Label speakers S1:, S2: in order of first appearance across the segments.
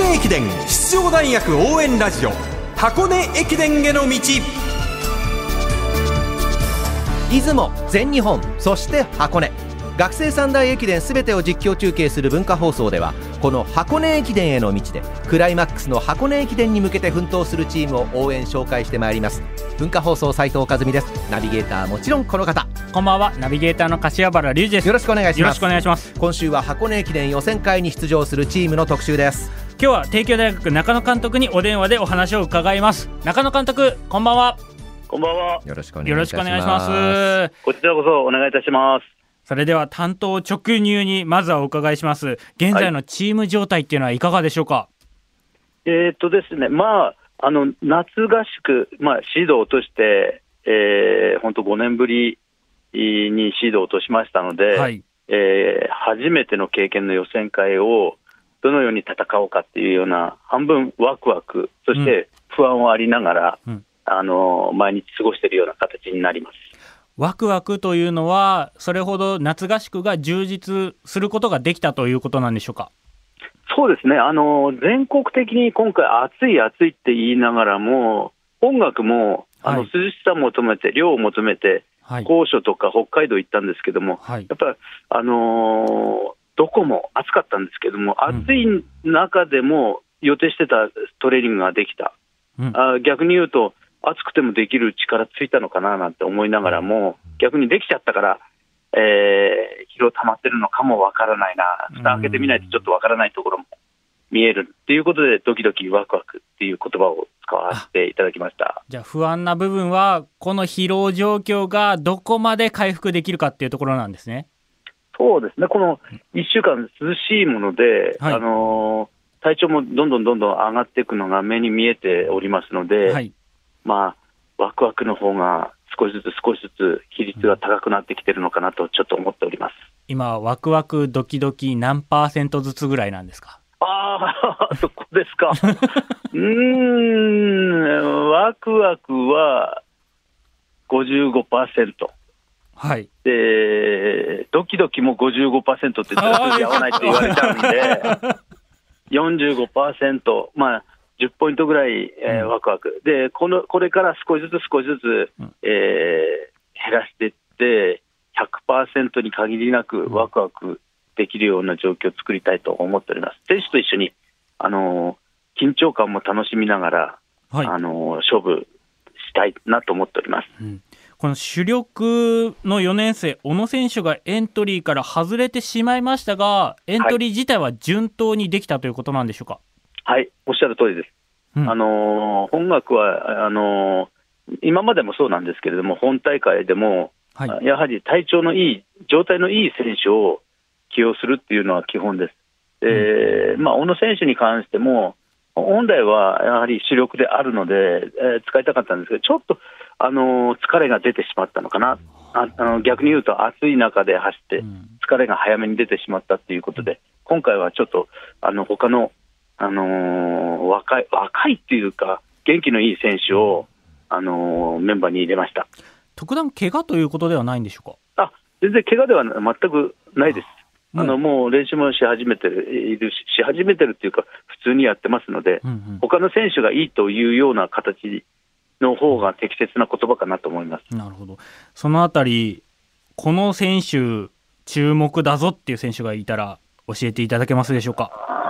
S1: 根駅伝出場大学応援ラジオ、箱根駅伝への道。
S2: 出雲、全日本、そして箱根、学生三大駅伝すべてを実況中継する文化放送では、この箱根駅伝への道でクライマックスの箱根駅伝に向けて奮闘するチームを応援紹介してまいります。文化放送斉藤和美です。ナビゲーターもちろんこの方。
S3: こんばんは、ナビゲーターの柏原隆二です。
S2: よろしくお願いします。
S3: よろしくお願いします。
S2: 今週は箱根駅伝予選会に出場するチームの特集です。
S3: 今日は帝京大学中野監督にお電話でお話を伺います。中野監督、こんばんは。
S4: こんばんは。
S2: よろしくお願いいたします。
S3: よろしくお願いします。
S4: こちらこそお願いいたします。
S3: それでは担当直入にまずはお伺いします。現在のチーム状態っていうのはいかがでしょうか？
S4: ですね、夏合宿、シードを落として、本当5年ぶりにシードを落としましたので、はい、初めての経験の予選会をどのように戦おうかっていうような、半分ワクワク、そして不安はありながら、毎日過ごしているような形になります。
S3: ワクワクというのは、それほど夏合宿が充実することができたということなんでしょうか？
S4: そうですね、全国的に今回暑い暑いって言いながらも、音楽も涼しさを求めて、涼を求めて、高所とか北海道行ったんですけども、やっぱり、どこも暑かったんですけども、暑い中でも予定してたトレーニングができた、逆に言うと暑くてもできる力ついたのかななんて思いながらも、逆にできちゃったから、疲労溜まってるのかもわからないな、蓋開けてみないとちょっとわからないところも見えるっていうことで、ドキドキワクワクっていう言葉を使わせていただきました。
S3: じゃあ不安な部分は、この疲労状況がどこまで回復できるかっていうところなんですね。
S4: そうですね、この1週間涼しいもので、体調もどんどん上がっていくのが目に見えておりますので、ワクワクの方が少しずつ比率が高くなってきてるのかなとちょっと思っております。
S3: 今ワクワクドキドキ何%ずつぐらいなんですか？
S4: そこですか。ワクワクは 55%、でドキドキも 55% って数字合わないって言われちゃうんで45%、10ポイントぐらい、ワクワクで、これから少しずつ、減らしていって 100% に限りなくワクワクできるような状況を作りたいと思っております。選手と一緒に緊張感も楽しみながら、勝負したいなと思っております。
S3: この主力の4年生小野選手がエントリーから外れてしまいましたが、エントリー自体は順当にできたということなんでしょうか？
S4: はい、おっしゃる通りです。本学は今までもそうなんですけれども、本大会でも、やはり体調のいい、状態のいい選手を起用するっていうのは基本です。小野選手に関しても、本来はやはり主力であるので、使いたかったんですけど、ちょっと疲れが出てしまったのかな。逆に言うと暑い中で走って疲れが早めに出てしまったということで、今回はちょっと他の若いっていうか元気のいい選手を、メンバーに入れました。
S3: 特段怪我ということではないんでしょう
S4: か？全然怪我では全くないです。もう練習もし始めてるっていうか普通にやってますので、他の選手がいいというような形の方が適切な言葉かなと思います。
S3: なるほど。そのあたり、この選手注目だぞっていう選手がいたら教えていただけますでしょうか？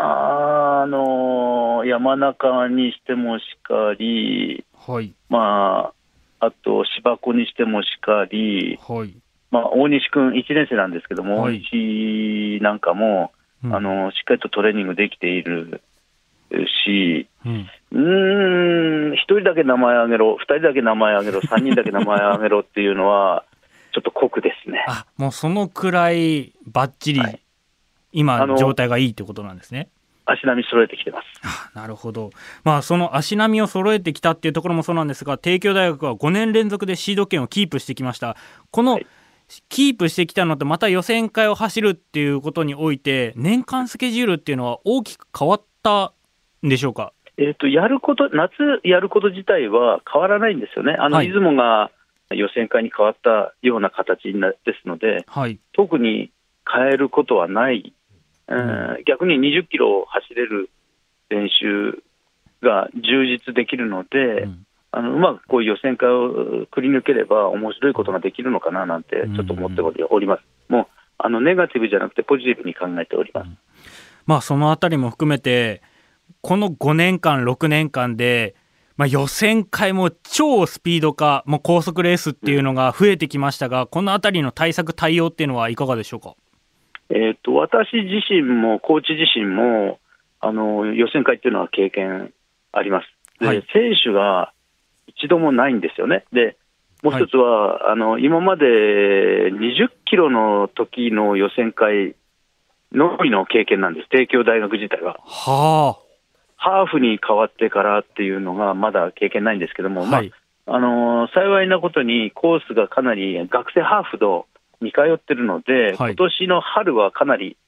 S4: 山中にしてもしかり、あと芝子にしてもしかり、大西君1年生なんですけども、大西なんかも、しっかりとトレーニングできているし、1人だけ名前あげろ、2人だけ名前あげろ、3人だけ名前あげろっていうのはちょっと酷ですね。
S3: もうそのくらいバッチリ、今状態がいいということなんですね。
S4: 足並み揃えてきてます。
S3: なるほど。その足並みを揃えてきたっていうところもそうなんですが、帝京大学は5年連続でシード権をキープしてきました。このキープしてきたのとまた予選会を走るっていうことにおいて、年間スケジュールっていうのは大きく変わったんでしょうか？
S4: 夏やること自体は変わらないんですよね。出雲が予選会に変わったような形ですので、特に変えることはない。逆に20キロを走れる練習が充実できるので、うまくこういう予選会をくり抜ければ面白いことができるのかななんてちょっと思っております。もうネガティブじゃなくてポジティブに考えております。
S3: そのあたりも含めてこの5年間6年間で、予選会も超スピード化、高速レースっていうのが増えてきましたが、このあたりの対策対応っていうのはいかがでしょうか。
S4: 私自身もコーチ自身も予選会っていうのは経験あります。で、選手が一度もないんですよね。でもう一つは、今まで20キロの時の予選会のみの経験なんです、帝京大学自体は。ハーフに変わってからっていうのがまだ経験ないんですけども、幸いなことにコースがかなり学生ハーフと似通ってるので、今年の春はかなり、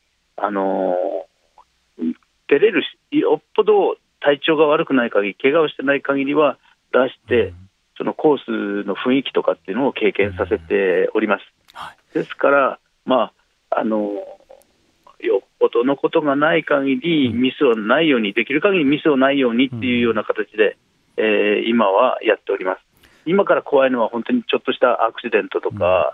S4: 出れるし、よっぽど体調が悪くない限り、怪我をしてない限りは出して、そのコースの雰囲気とかっていうのを経験させております。ですから、よっぽどのことがない限り、ミスをないように、できる限りミスをないようにっていうような形で、今はやっております。今から怖いのは本当にちょっとしたアクシデントとか、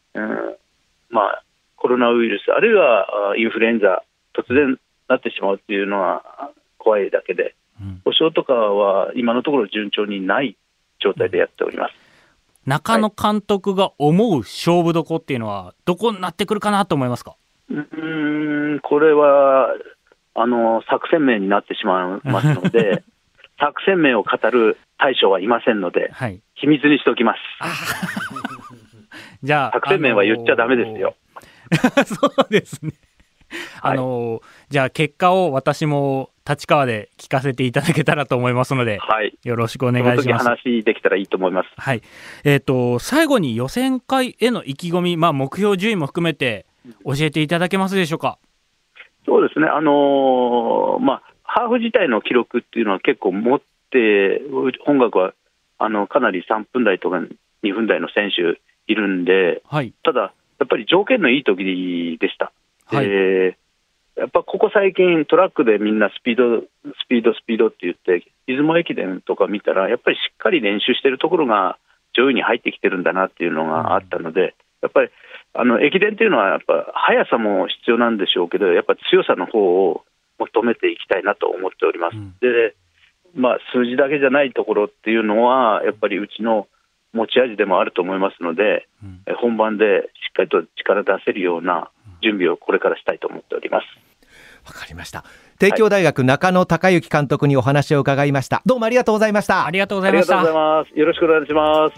S4: コロナウイルス、あるいはインフルエンザ、突然なってしまうっていうのは怖いだけで、故障とかは今のところ順調にない状態でやっております。
S3: 中野監督が思う勝負どこっていうのはどこになってくるかなと思いますか。
S4: これは作戦名になってしまいますので作戦名を語る大将はいませんので、秘密にしておきます。
S3: じゃあ
S4: 作戦名は言っちゃダメですよ。
S3: そうですね。じゃあ結果を私も立川で聞かせていただけたらと思いますので、よろしくお願いします。
S4: その時話できたらいいと思います。
S3: 最後に予選会への意気込み、目標順位も含めて教えていただけますでしょうか。
S4: そうですね、ハーフ自体の記録っていうのは結構持って、本学はかなり3分台とか2分台の選手いるんで、ただやっぱり条件のいい時でした。やっぱここ最近トラックでみんなスピードって言って出雲駅伝とか見たら、やっぱりしっかり練習しているところが上位に入ってきてるんだなっていうのがあったので、やっぱり駅伝っていうのはやっぱ速さも必要なんでしょうけど、やっぱ強さの方を求めていきたいなと思っております。で、数字だけじゃないところっていうのはやっぱりうちの持ち味でもあると思いますので、本番でしっかりと力出せるような準備をこれからしたいと思っております。
S2: わかりました。帝京大学中野孝之監督にお話を伺いました。どうもありがとうございました。
S3: ありがとうございました。
S4: よろしくお願いします。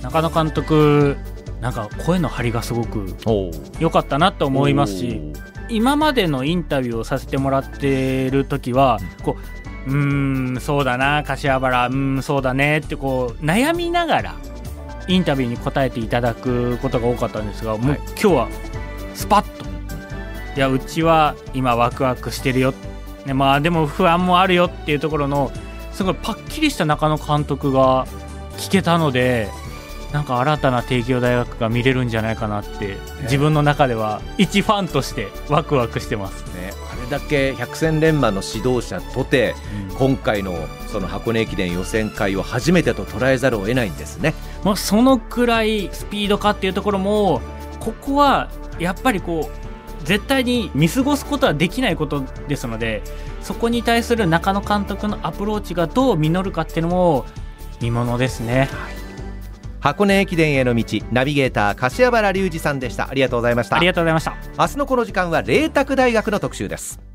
S3: 中野監督、なんか声の張りがすごく良かったなと思いますし、今までのインタビューをさせてもらってる時はそうだな、柏原、そうだねって悩みながらインタビューに答えていただくことが多かったんですが、もう今日はスパッと、いやうちは今ワクワクしてるよ、でも不安もあるよっていうところのすごいパッキリした中野監督が聞けたので、なんか新たな帝京大学が見れるんじゃないかなって、自分の中では一ファンとしてワクワクしてますね。
S2: あれだけ百戦錬磨の指導者とて、今回のその箱根駅伝予選会を初めてと捉えざるを得ないんですね。
S3: そのくらいスピード化っていうところも、ここはやっぱり絶対に見過ごすことはできないことですので、そこに対する中野監督のアプローチがどう実るかっていうのも見ものですね。
S2: 箱根駅伝への道、ナビゲーター柏原隆二さんでした。ありがとうございました。
S3: ありがとうございました。
S2: 明日のこの時間は麗澤大学の特集です。